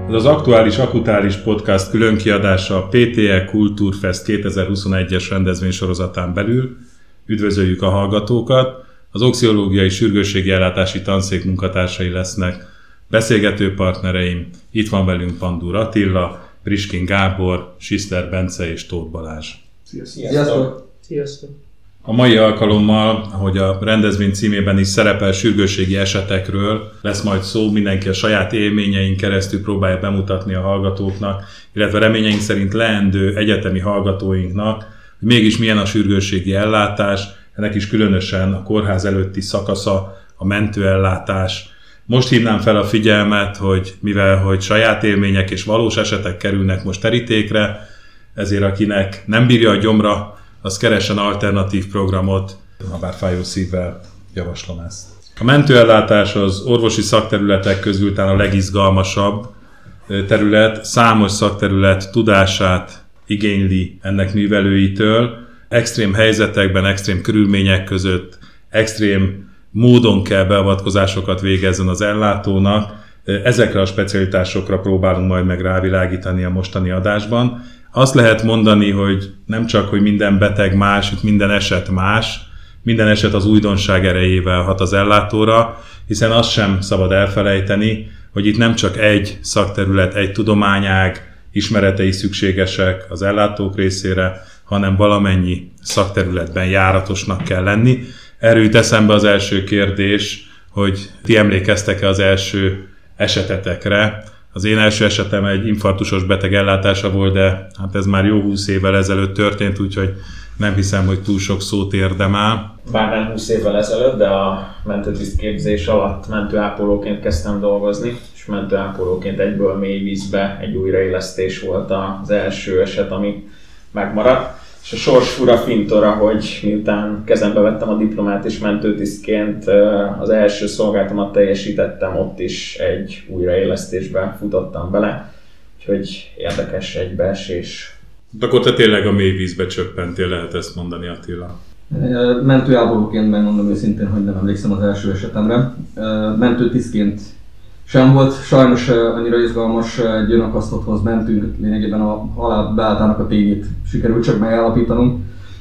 Ez az Aktuális Akutális Podcast különkiadása a PTE Kultúrfest 2021-es rendezvénysorozatán belül. Üdvözöljük a hallgatókat! Az oxiológiai sürgősségi ellátási tanszék munkatársai lesznek beszélgető partnereim. Itt van velünk Pandúr Attila, Priskin Gábor, Sisler Bence és Tóth Balázs. Sziasztok! Sziasztok! A mai alkalommal, ahogy a rendezvény címében is szerepel, sürgősségi esetekről lesz majd szó, mindenki a saját élményein keresztül próbálja bemutatni a hallgatóknak, illetve reményeink szerint leendő egyetemi hallgatóinknak, hogy mégis milyen a sürgősségi ellátás, ennek is különösen a kórház előtti szakasza, a mentőellátás. Most hívnám fel a figyelmet, hogy mivel hogy saját élmények és valós esetek kerülnek most terítékre, ezért akinek nem bírja a gyomra, az keressen alternatív programot, habár fájó szívvel javaslom ezt. A mentőellátás az orvosi szakterületek közül talán a legizgalmasabb terület, számos szakterület tudását igényli ennek művelőitől. Extrém helyzetekben, extrém körülmények között, extrém módon kell beavatkozásokat végezzen az ellátónak. Ezekre a specialitásokra próbálunk majd meg rávilágítani a mostani adásban. Azt lehet mondani, hogy nem csak, hogy minden beteg más, minden eset más, minden eset az újdonság erejével hat az ellátóra, hiszen azt sem szabad elfelejteni, hogy itt nem csak egy szakterület, egy tudományág ismeretei szükségesek az ellátók részére, hanem valamennyi szakterületben járatosnak kell lenni. Erről jut eszembe az első kérdés, hogy ti emlékeztek-e az első esetetekre. Az én első esetem egy infarktusos beteg ellátása volt, de hát ez már jó 20 évvel ezelőtt történt, úgyhogy nem hiszem, hogy túl sok szót érdemel. Bár nem 20 évvel ezelőtt, de a mentőtisztképzés alatt mentőápolóként kezdtem dolgozni, és mentőápolóként egyből mély vízbe egy újraélesztés volt az első eset, ami megmaradt. És a sors fura fintora, hogy miután kezembe vettem a diplomát és mentőtisztként az első szolgálatomat teljesítettem, ott is egy újraélesztésbe futottam bele. Úgyhogy érdekes egybeesés. De akkor te tényleg a mély vízbe csöppentél, lehet ezt mondani, Attila? Mentőápolóként megmondom őszintén, hogy nem emlékszem az első esetemre. Mentőtisztként sem volt sajnos annyira izgalmas, egy önakasztotthoz mentünk, lényegében a halál beálltának a tényét sikerült csak megállapítanunk,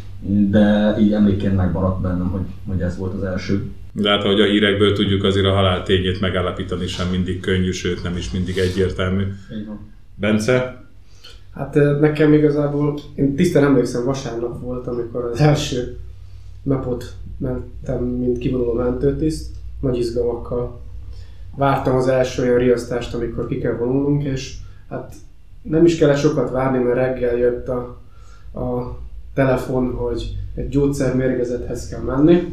de így emlékként megmaradt bennem, hogy ez volt az első. De hát ahogy a hírekből tudjuk, azért a halál tényét megállapítani sem mindig könnyű, sőt nem is mindig egyértelmű. Így van. Bence? Hát nekem igazából, én tisztán emlékszem, vasárnap volt, amikor az első napot mentem, mint kivonuló mentőtiszt, nagy izgalmakkal. Vártam az első olyan riasztást, amikor ki kell vonulnunk, és hát nem is kellett sokat várni, mert reggel jött a telefon, hogy egy gyógyszermérgezethez kell menni.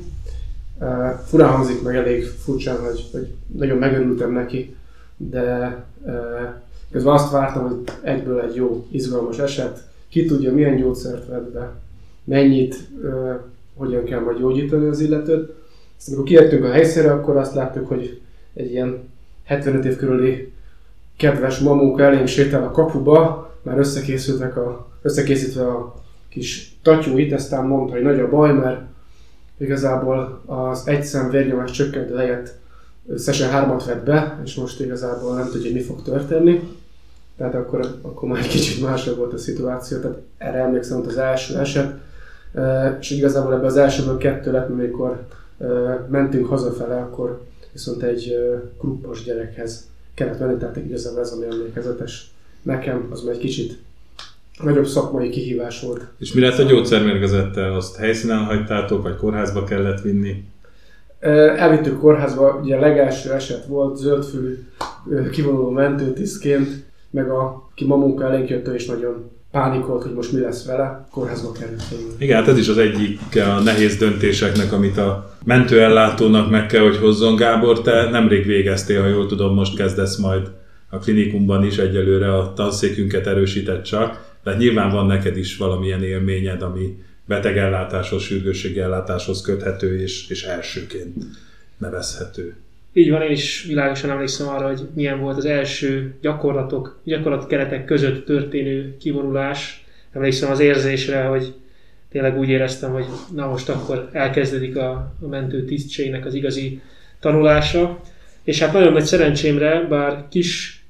Furán hangzik meg, elég furcsán, hogy nagyon megörültem neki, de közben azt vártam, hogy egyből egy jó, izgalmas eset, ki tudja milyen gyógyszert vett be, mennyit, hogyan kell majd gyógyítani az illetőt. Aztán amikor kiértünk a helyszínre, akkor azt láttuk, hogy egy ilyen 75 év körüli kedves mamóka elénk sétál a kapuba, már összekészítve a kis tatyúit, aztán mondta, hogy nagy a baj, mert igazából az egyszem vérnyomás csökkent helyett összesen 3-at vett be, és most igazából nem tudja, hogy mi fog történni. Tehát akkor már egy kicsit másabb volt a szituáció, tehát erre emlékszem, hogy az első eset, és igazából ebben az elsőből 2 lett, amikor mentünk hazafele, akkor viszont egy gruppos gyerekhez kellett menni, tehát igazából ez ami emlékezetes. Nekem az már egy kicsit nagyobb szakmai kihívás volt. És mi lett a gyógyszermérgezettel? Azt helyszínen hagytátok, vagy kórházba kellett vinni? Elvittük kórházba, ugye a legelső eset volt, zöldfülű kivonuló mentőtisztként, meg aki ma munka elénk jött, ő is nagyon pánikolt, hogy most mi lesz vele, kórházba került. Igen, hát ez is az egyik a nehéz döntéseknek, amit a mentőellátónak meg kell, hogy hozzon. Gábor, te nemrég végeztél, ha jól tudom, most kezdesz majd a klinikumban is, egyelőre a tanszékünket erősített csak, de nyilván van neked is valamilyen élményed, ami betegellátáshoz, sürgősségi ellátáshoz köthető és elsőként nevezhető. Így van, én is világosan emlékszem arra, hogy milyen volt az első gyakorlati keretek között történő kivonulás. Emlékszem az érzésre, hogy tényleg úgy éreztem, hogy na most akkor elkezdődik a mentő tisztségnek az igazi tanulása. És hát nagyon nagy szerencsémre, bár kis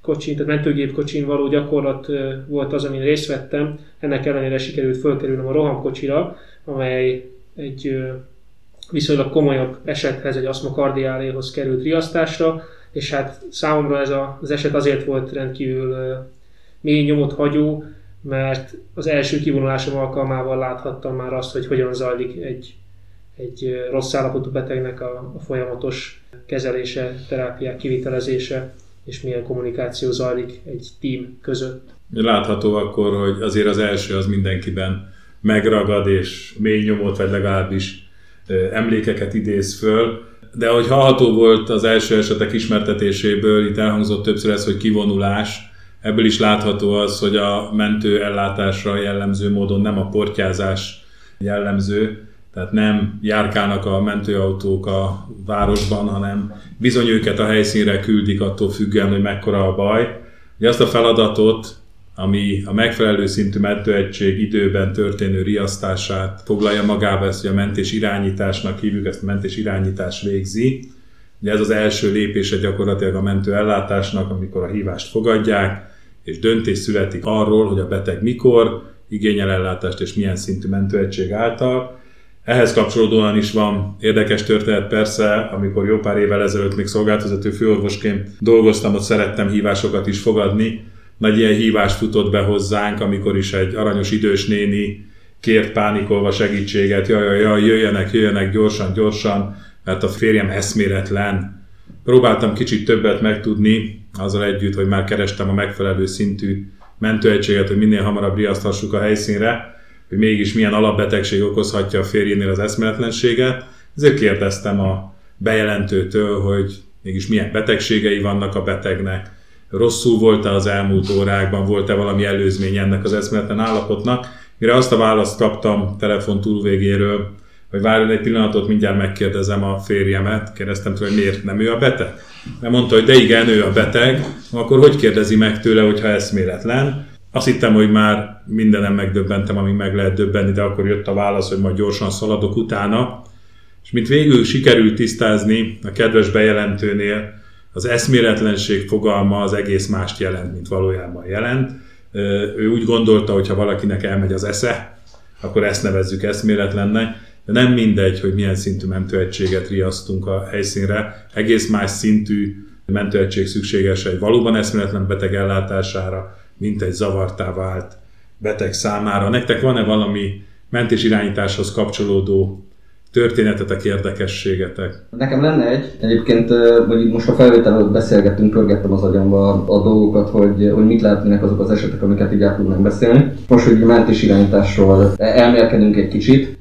kocsin, tehát mentőgépkocsin való gyakorlat volt az, amin részt vettem. Ennek ellenére sikerült fölkerülnöm a rohamkocsira, amely egy viszonylag komolyabb esethez, egy aszmokardiáléhoz került riasztásra, és hát számomra ez az eset azért volt rendkívül mély nyomot hagyó, mert az első kivonulásom alkalmával láthattam már azt, hogy hogyan zajlik egy rossz állapotú betegnek a folyamatos kezelése, terápiák kivitelezése, és milyen kommunikáció zajlik egy tím között. Látható akkor, hogy azért az első az mindenkiben megragad, és mély nyomot, vagy legalábbis emlékeket idéz föl. De ahogy hallható volt az első esetek ismertetéséből, itt elhangzott többször ez, hogy kivonulás, ebből is látható az, hogy a mentőellátásra jellemző módon nem a portyázás jellemző, tehát nem járkálnak a mentőautók a városban, hanem bizony őket a helyszínre küldik attól függően, hogy mekkora a baj. Ugye azt a feladatot, ami a megfelelő szintű mentőegység időben történő riasztását foglalja magába, ezt, hogy a mentés irányításnak hívjuk, ezt a mentés irányítás végzi. Ugye ez az első lépése gyakorlatilag a mentőellátásnak, amikor a hívást fogadják, és döntés születik arról, hogy a beteg mikor igényel ellátást és milyen szintű mentőegység által. Ehhez kapcsolódóan is van érdekes történet persze, amikor jó pár évvel ezelőtt még szolgálatvezető főorvosként dolgoztam, ott szerettem hívásokat is fogadni. Nagy ilyen hívás futott be hozzánk, amikor is egy aranyos idős néni kért pánikolva segítséget, jaj, jöjjenek gyorsan, mert a férjem eszméletlen. Próbáltam kicsit többet megtudni, azzal együtt, hogy már kerestem a megfelelő szintű mentőegységet, hogy minél hamarabb riaszthassuk a helyszínre, hogy mégis milyen alapbetegség okozhatja a férjénél az eszméletlenséget. Ezért kérdeztem a bejelentőtől, hogy mégis milyen betegségei vannak a betegnek, rosszul volt-e az elmúlt órákban, volt-e valami előzmény ennek az eszméletlen állapotnak, mire azt a választ kaptam telefon túlvégéről, hogy várjon egy pillanatot, mindjárt megkérdezem a férjemet, kérdeztem tőle, hogy miért nem ő a beteg. Mert mondta, hogy de igen, ő a beteg, akkor hogy kérdezi meg tőle, hogyha eszméletlen? Azt hittem, hogy már mindenem megdöbbentem, amíg meg lehet döbbenni, de akkor jött a válasz, hogy majd gyorsan szaladok utána. És mint végül sikerült tisztázni a kedves bejelentőnél, az eszméletlenség fogalma az egész mást jelent, mint valójában jelent. Ő úgy gondolta, hogy ha valakinek elmegy az esze, akkor ezt nevezzük eszméletlennek, de nem mindegy, hogy milyen szintű mentőegységet riasztunk a helyszínre. Egész más szintű mentőegység szükséges egy valóban eszméletlen beteg ellátására, mint egy zavartá vált beteg számára. Nektek van-e valami mentésirányításhoz kapcsolódó történetetek, érdekességetek? Nekem lenne egy. Egyébként, hogy most a felvétel előtt beszélgettünk, pörgettem az agyamba a dolgokat, hogy mit lehetnének azok az esetek, amiket így át tudnánk beszélni. Most, hogy mentésirányításról elmélkedünk egy kicsit.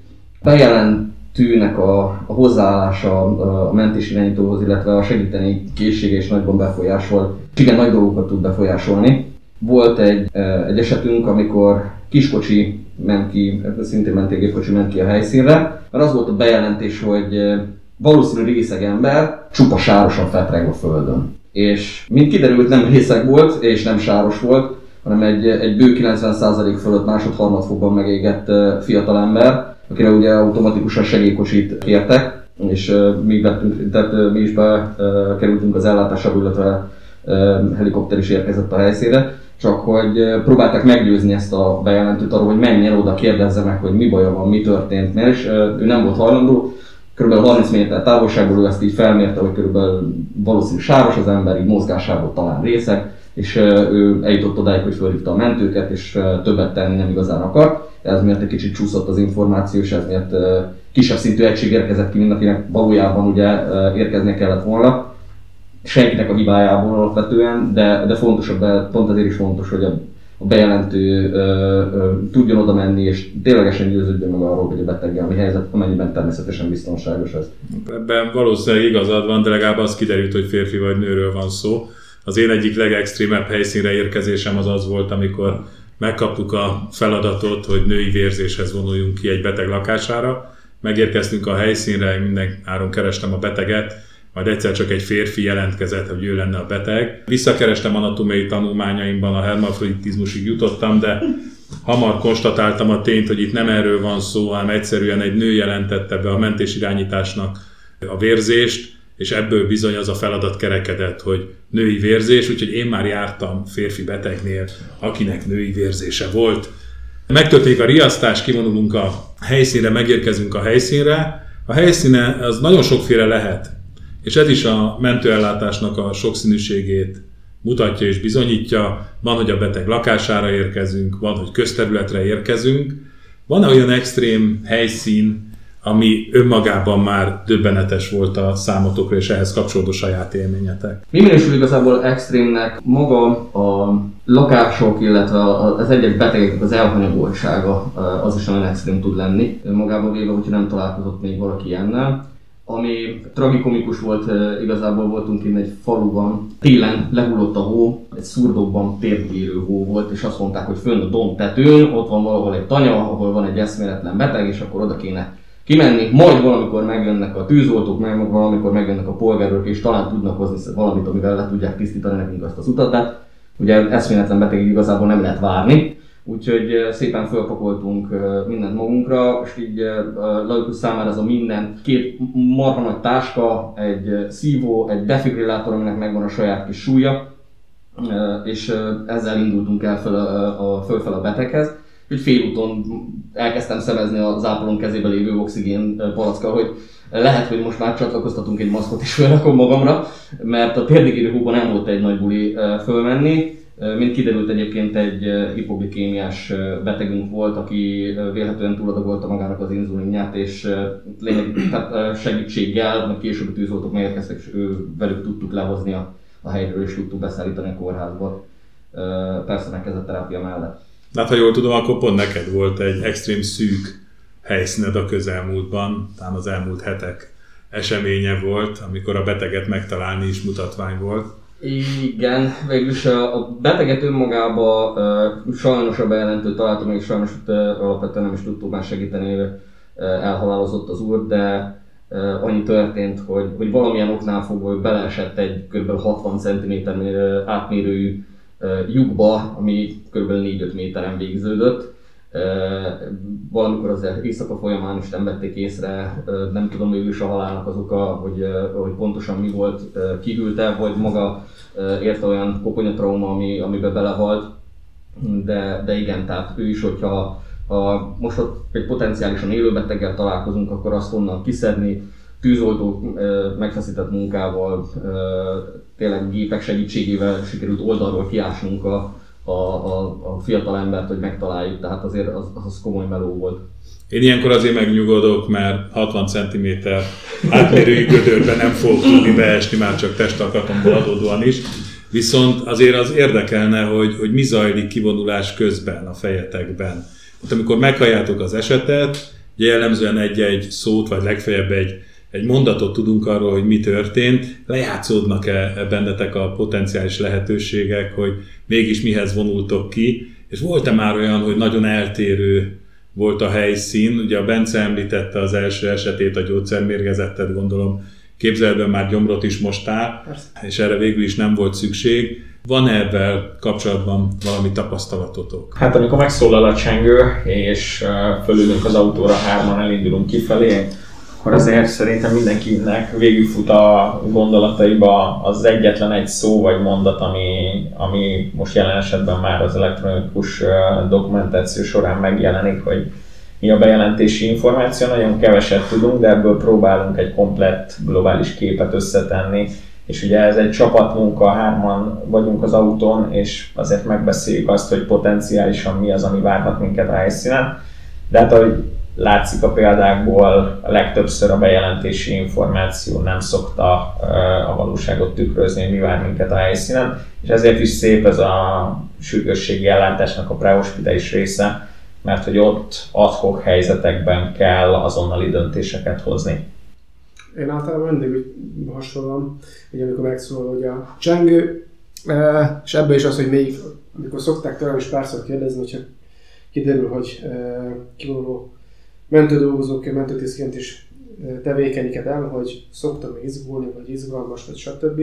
Bejelentőnek a hozzáállása a mentésirányítóhoz, illetve a segíteni készsége is nagyban befolyásol. Igen, nagy dolgokat tud befolyásolni. Volt egy esetünk, amikor kiskocsi ment ki, szintén mentőgépkocsi ment ki a helyszínre, mert az volt a bejelentés, hogy valószínű részeg ember csupa sárosan fetreng a földön. És mint kiderült, nem részeg volt, és nem sáros volt, hanem egy bő 90% fölött másod-harmadfokban megégett fiatalember, akire ugye automatikusan segélykocsit kértek, és mi is bekerültünk az ellátásába, illetve helikopter is érkezett a helyszínre, csak hogy próbálták meggyőzni ezt a bejelentőt arról, hogy menjen oda, kérdezze meg, hogy mi baja van, mi történt, mert és ő nem volt hajlandó. Körülbelül 30 méter távolságból ő ezt így felmérte, hogy körülbelül valószínű sáros az ember, így mozgásából talán részeg, és ő eljutott odáig, hogy felhívta a mentőket, és többet tenni nem igazán akart. Ez miatt egy kicsit csúszott az információ, és ez miatt kisebb szintű egység érkezett ki, mint akinek valójában ugye érkeznie kellett volna. Senkinek a hibájából alapvetően, de fontosabb, pont ezért is fontos, hogy a bejelentő tudjon oda menni, és ténylegesen győződjön meg arról, hogy a beteggel mi helyzet, amennyiben természetesen biztonságos ez. Ebben valószínűleg igazad van, de legalább az kiderült, hogy férfi vagy nőről van szó. Az én egyik legextrémebb helyszínre érkezésem az volt, amikor megkaptuk a feladatot, hogy női vérzéshez vonuljunk ki egy beteg lakására. Megérkeztünk a helyszínre, minden áron kerestem a beteget, majd egyszer csak egy férfi jelentkezett, hogy ő lenne a beteg. Visszakerestem anatómiai tanulmányaimban, a hermafroditizmusig jutottam, de hamar konstatáltam a tényt, hogy itt nem erről van szó, hanem egyszerűen egy nő jelentette be a mentésirányításnak a vérzést, és ebből bizony az a feladat kerekedett, hogy női vérzés, úgyhogy én már jártam férfi betegnél, akinek női vérzése volt. Megtörténik a riasztás, kivonulunk a helyszínre, megérkezünk a helyszínre. A helyszíne az nagyon sokféle lehet, és ez is a mentőellátásnak a sokszínűségét mutatja és bizonyítja. Van, hogy a beteg lakására érkezünk, van, hogy közterületre érkezünk. Van olyan extrém helyszín, ami önmagában már döbbenetes volt a számotokra, és ehhez kapcsolódó saját élményetek. Mi minősül igazából extrémnek? Maga a lakások, illetve az egyes betegeknek az elhanyagoltsága az is nagyon extrém tud lenni. Magában véve, hogyha nem találkozott még valaki ilyennel. Ami tragikomikus volt, igazából voltunk innen egy faluban, télen lehullott a hó, egy szurdokban térdelő hó volt, és azt mondták, hogy fönn a domb tetőn, ott van valahol egy tanya, ahol van egy eszméletlen beteg, és akkor oda kéne kimenni, majd valamikor megjönnek a tűzoltók, meg valamikor megjönnek a polgárőrök, és talán tudnak hozni valamit, amivel le tudják tisztítani nekünk azt az utat, de ugye eszméletlen betegig igazából nem lehet várni. Úgyhogy szépen fölpakoltunk mindent magunkra, és így laikus számára ez a minden, 2 marha nagy táska, egy szívó, egy defibrillátor, aminek megvan a saját kis súlya, és ezzel indultunk el fölfel a beteghez. Úgy félúton elkezdtem szemezni az ápolónk kezébe lévő oxigén palackkal, hogy lehet, hogy most már csatlakoztatunk egy maszkot és felrakom magamra, mert a térdigérő hóban nem volt egy nagy buli fölmenni. Mint kiderült, egyébként egy hipoglikémiás betegünk volt, aki vélhetően túladagolta magának az inzulinját, és lényegében segítséggel, meg később a tűzoltók megérkeztek, és velük tudtuk lehozni a helyről, és tudtuk beszállítani a kórházba. Persze megkezdett terápia mellett. Hát ha jól tudom, akkor pont neked volt egy extrém szűk helyszíned a közelmúltban, talán az elmúlt hetek eseménye volt, amikor a beteget megtalálni is mutatvány volt. Igen, végülis a beteget önmagában sajnos a bejelentő találta meg, és sajnos alapvetően nem is tudtuk már segíteni, elhalálozott az úr, de annyi történt, hogy valamilyen oknál fogva beleesett egy kb. 60 cm átmérőjű lyukba, ami kb. 4-5 méteren végződött. Valamikor az éjszaka folyamán is nem vették észre, nem tudom végül is a halálnak az oka, hogy pontosan mi volt, kihűlte, vagy maga érte olyan koponyatrauma, amiben belehalt. De igen, tehát ő is, hogyha most ott egy potenciálisan élő beteggel találkozunk, akkor azt onnan kiszedni, tűzoltó megfeszített munkával, tényleg gépek segítségével sikerült oldalról kiásnunk a fiatal embert, hogy megtaláljuk, tehát azért az komoly meló volt. Én ilyenkor azért megnyugodok, mert 60 cm átmérőjű gödörbe nem fogok tudni beesni, már csak testalkatomból adódóan is. Viszont azért az érdekelne, hogy mi zajlik kivonulás közben a fejetekben. Tehát amikor meghalljátok az esetet, jellemzően egy-egy szót, vagy legfeljebb egy mondatot tudunk arról, hogy mi történt, lejátszódnak-e bennetek a potenciális lehetőségek, hogy mégis mihez vonultok ki, és volt-e már olyan, hogy nagyon eltérő volt a helyszín, ugye a Bence említette az első esetét, a gyógyszermérgezettet, gondolom képzeletben már gyomrot is mostál, és erre végül is nem volt szükség. Van-e ebben kapcsolatban valami tapasztalatotok? Hát amikor megszólal a csengő, és fölülünk az autóra, 3-an elindulunk kifelé, akkor azért szerintem mindenkinek végigfut a gondolataiba az egyetlen egy szó vagy mondat, ami most jelen esetben már az elektronikus dokumentáció során megjelenik, hogy mi a bejelentési információ. Nagyon keveset tudunk, de ebből próbálunk egy komplett globális képet összetenni. És ugye ez egy csapatmunka, 3-an vagyunk az autón, és azért megbeszéljük azt, hogy potenciálisan mi az, ami várhat minket a helyszínen. De hát ahogy látszik a példákból, a legtöbbször a bejelentési információ nem szokta a valóságot tükrözni, hogy mi vár minket a helyszínen, és ezért is szép ez a sürgősségi ellátásnak a prehospitális része, mert hogy ott ad hoc helyzetekben kell azonnali döntéseket hozni. Én általában mindig hasonlom, hogy amikor megszólal ugye a csengő, és ebből is az, hogy még, amikor szokták tőlem is párszor kérdezni, hogyha kiderül, hogy kivonuló mentődolgozók, mentőtisztként is tevékenykedem, hogy szoktam izgulni, vagy izgalmas, vagy stb.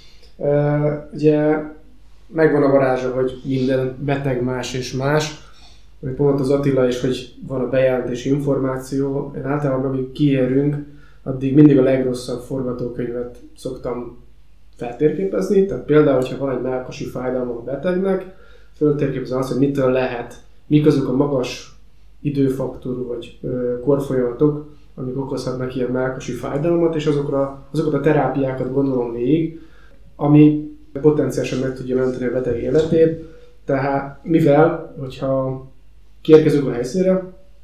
Ugye megvan a varázsa, hogy minden beteg más és más, pont az Attila is, hogy van a bejelentési információ. Én általában, amikor kiérünk, addig mindig a legrosszabb forgatókönyvet szoktam feltérképezni. Tehát például, hogyha van egy mellkasi fájdalma a betegnek, föltérképezem azt, hogy mitől lehet, mik azok a magas időfaktorú vagy korfolyamatok, amik okozhatnak ilyen mellkasi fájdalmat, és azokat a terápiákat gondolom végig, ami potenciálisan meg tudja menteni a beteg életét. Tehát mivel, hogyha kiérkezünk a helyszínre,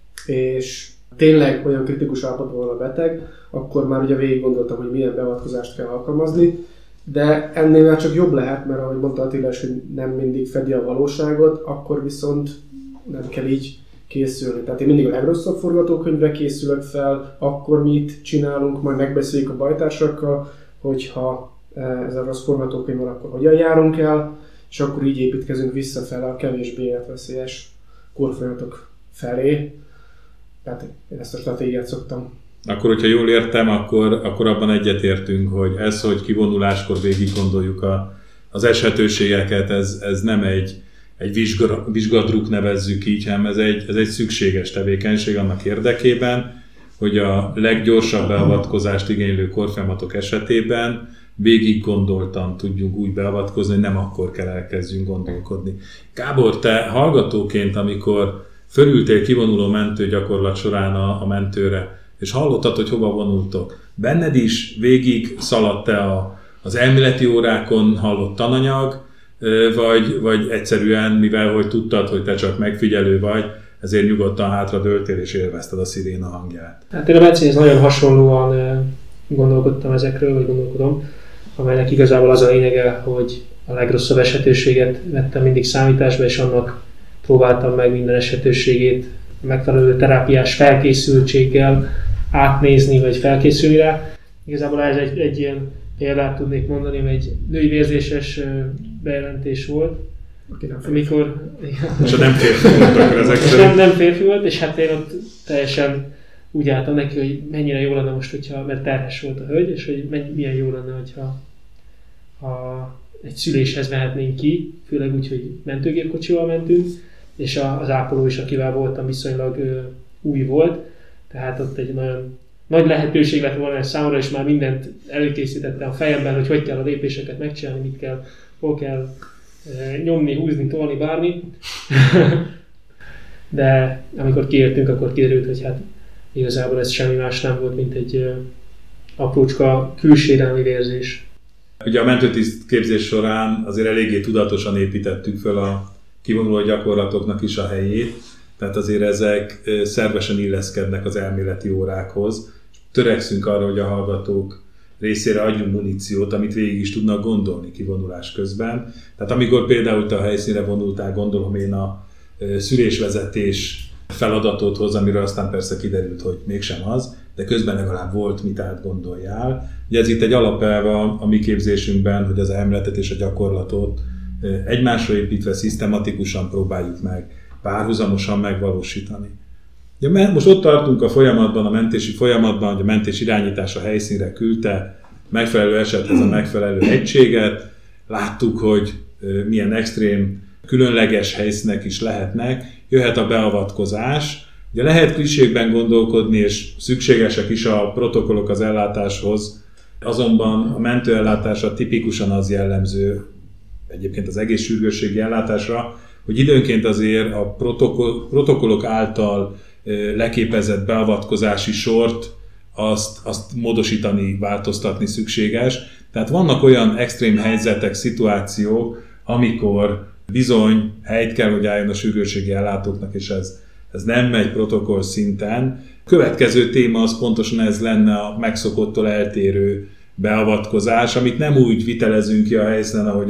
és tényleg olyan kritikus állapotban van a beteg, akkor már ugye végig gondoltam, hogy milyen beavatkozást kell alkalmazni, de ennél már csak jobb lehet, mert ahogy mondta Attila is, hogy nem mindig fedi a valóságot, akkor viszont nem kell így készülni. Tehát én mindig a legrosszabb forgatókönyvre készülök fel, akkor mit csinálunk, majd megbeszéljük a bajtársakkal, hogyha ez a rossz forgatókönyv van, akkor hogyan járunk el, és akkor így építkezünk visszafele a kevésbé életveszélyes korfolyamatok felé. Tehát én ezt a stratégiát szoktam. Akkor, hogyha jól értem, akkor abban egyetértünk, hogy hogy kivonuláskor végig gondoljuk az eshetőségeket, ez nem egy vizsgadruk nevezzük így, hanem ez egy szükséges tevékenység annak érdekében, hogy a leggyorsabb beavatkozást igénylő korfolyamatok esetében végig gondoltan tudjunk úgy beavatkozni, hogy nem akkor kell elkezdjünk gondolkodni. Gábor, te hallgatóként, amikor fölültél kivonuló mentő gyakorlat során a mentőre, és hallottad, hogy hova vonultok, benned is végig szaladt te az elméleti órákon hallott tananyag, vagy egyszerűen, mivel hogy tudtad, hogy te csak megfigyelő vagy, ezért nyugodtan hátradőltél és élvezted a sziréna hangját? Hát én a Bencéhez nagyon hasonlóan gondolkodtam ezekről, vagy gondolkodom, amelynek igazából az a lényege, hogy a legrosszabb eshetőséget vettem mindig számításba, és annak próbáltam meg minden eshetőségét megfelelő terápiás felkészültséggel átnézni, vagy felkészülni rá. Igazából ez egy ilyen példát tudnék mondani, hogy egy női vérzéses bejelentés volt, amikor... És nem férfi volt akkor ezek szerint? Nem férfi volt, és hát én ott teljesen úgy álltam neki, hogy mennyire jó lenne most, mert terhes volt a hölgy, és hogy milyen jó lenne, hogyha egy szüléshez mehetnénk ki, főleg úgy, hogy mentőgépkocsival mentünk, és az ápoló is, akivel voltam, viszonylag új volt, tehát ott egy nagyon nagy lehetőség lett volna számomra, és már mindent előkészítettem a fejemben, hogy kell a lépéseket megcsinálni, mit kell, hol kell nyomni, húzni, tolni, bármi. De amikor kiértünk, akkor kiderült, hogy hát igazából ez semmi más nem volt, mint egy aprócska külsérelmi vérzés. Ugye a mentőtiszt képzés során azért eléggé tudatosan építettük fel a kivonuló gyakorlatoknak is a helyét, tehát azért ezek szervesen illeszkednek az elméleti órákhoz. Törekszünk arra, hogy a hallgatók részére adjunk muníciót, amit végig is tudnak gondolni kivonulás közben. Tehát amikor például te a helyszínre vonultál, gondolom én a szülésvezetés feladatodhoz, amiről aztán persze kiderült, hogy mégsem az, de közben legalább volt, mit átgondoljál. Ugye ez itt egy alapelve a mi képzésünkben, hogy az elméletet és a gyakorlatot egymásra építve szisztematikusan próbáljuk meg párhuzamosan megvalósítani. Ugye most ott tartunk a folyamatban, a mentési folyamatban, hogy a mentés irányítása helyszínre küldte megfelelő esethez a megfelelő egységet. Láttuk, hogy milyen extrém, különleges helyszínek is lehetnek. Jöhet a beavatkozás. Ugye lehet klisékben gondolkodni, és szükségesek is a protokollok az ellátáshoz, azonban a mentőellátásra tipikusan az jellemző, egyébként az egész sürgősségi ellátásra, hogy időnként azért a protokollok által leképezett beavatkozási sort azt módosítani, változtatni szükséges. Tehát vannak olyan extrém helyzetek, szituációk, amikor bizony helyt kell, hogy álljon a sürgősségi ellátóknak, és ez nem megy protokoll szinten. Következő téma az pontosan ez lenne a megszokottól eltérő beavatkozás, amit nem úgy vitelezünk ki a helyszínen, ahogy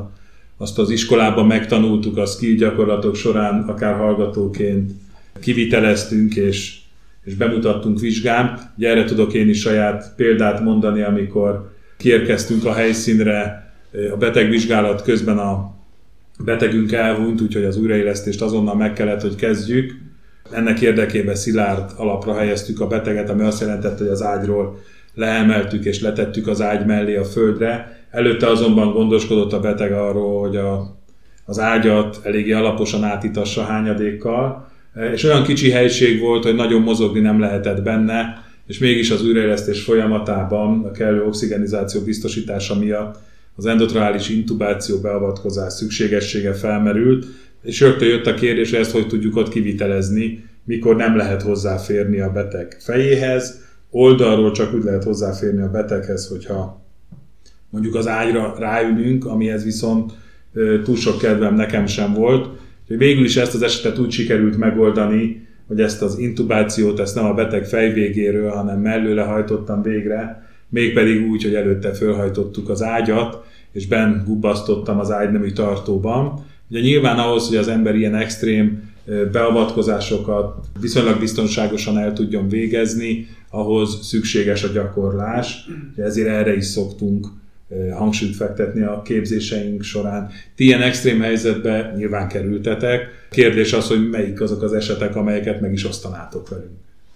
azt az iskolában megtanultuk, a skill gyakorlatok során akár hallgatóként kiviteleztünk és bemutattunk vizsgán. Ugye erre tudok én is saját példát mondani, amikor kiérkeztünk a helyszínre, a betegvizsgálat közben a betegünk elhunyt, úgyhogy az újraélesztést azonnal meg kellett, hogy kezdjük. Ennek érdekében szilárd alapra helyeztük a beteget, ami azt jelentette, hogy az ágyról leemeltük és letettük az ágy mellé a földre. Előtte azonban gondoskodott a beteg arról, hogy az ágyat eléggé alaposan átitassa hányadékkal, és olyan kicsi helység volt, hogy nagyon mozogni nem lehetett benne, és mégis az újraélesztés folyamatában a kellő oxigenizáció biztosítása miatt az endotrahális intubáció beavatkozás szükségessége felmerült, és rögtön jött a kérdés, hogy ezt hogy tudjuk ott kivitelezni, mikor nem lehet hozzáférni a beteg fejéhez, oldalról csak úgy lehet hozzáférni a beteghez, hogyha mondjuk az ágyra ráülünk, amihez viszont túl sok kedvem nekem sem volt. Végül is ezt az esetet úgy sikerült megoldani, hogy ezt az intubációt ezt nem a beteg fejvégéről, hanem mellőle hajtottam végre, mégpedig úgy, hogy előtte fölhajtottuk az ágyat, és benn gubbasztottam az ágynemű tartóban. Ugye nyilván ahhoz, hogy az ember ilyen extrém beavatkozásokat viszonylag biztonságosan el tudjon végezni, ahhoz szükséges a gyakorlás, ezért erre is szoktunk hangsúlyt fektetni a képzéseink során. Ti ilyen extrém helyzetbe nyilván kerültetek. Kérdés az, hogy melyik azok az esetek, amelyeket meg is osztanátok velünk.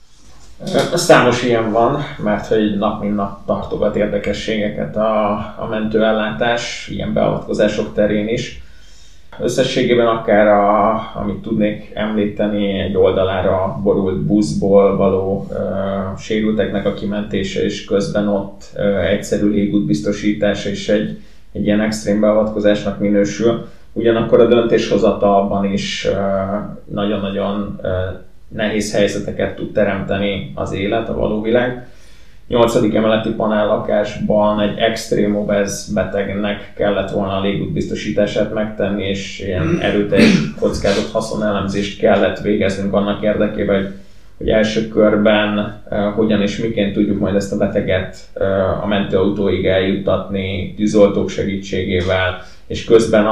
Számos ilyen van, mert hogy nap mint nap tartogat érdekességeket a mentőellátás, ilyen beavatkozások terén is. Összességében akár amit tudnék említeni, egy oldalára borult buszból való sérülteknek a kimentése, és közben ott egyszerű légútbiztosítás és egy ilyen extrém beavatkozásnak minősül. Ugyanakkor a döntéshozatalban is nagyon-nagyon nehéz helyzeteket tud teremteni az élet, a való világ. 8. emeleti panellakásban egy extrém obez betegnek kellett volna a légútbiztosítását megtenni, és ilyen erőteljes kockázat haszonelemzést kellett végeznünk annak érdekében, hogy első körben hogyan és miként tudjuk majd ezt a beteget a mentőautóig eljuttatni tűzoltók segítségével, és közben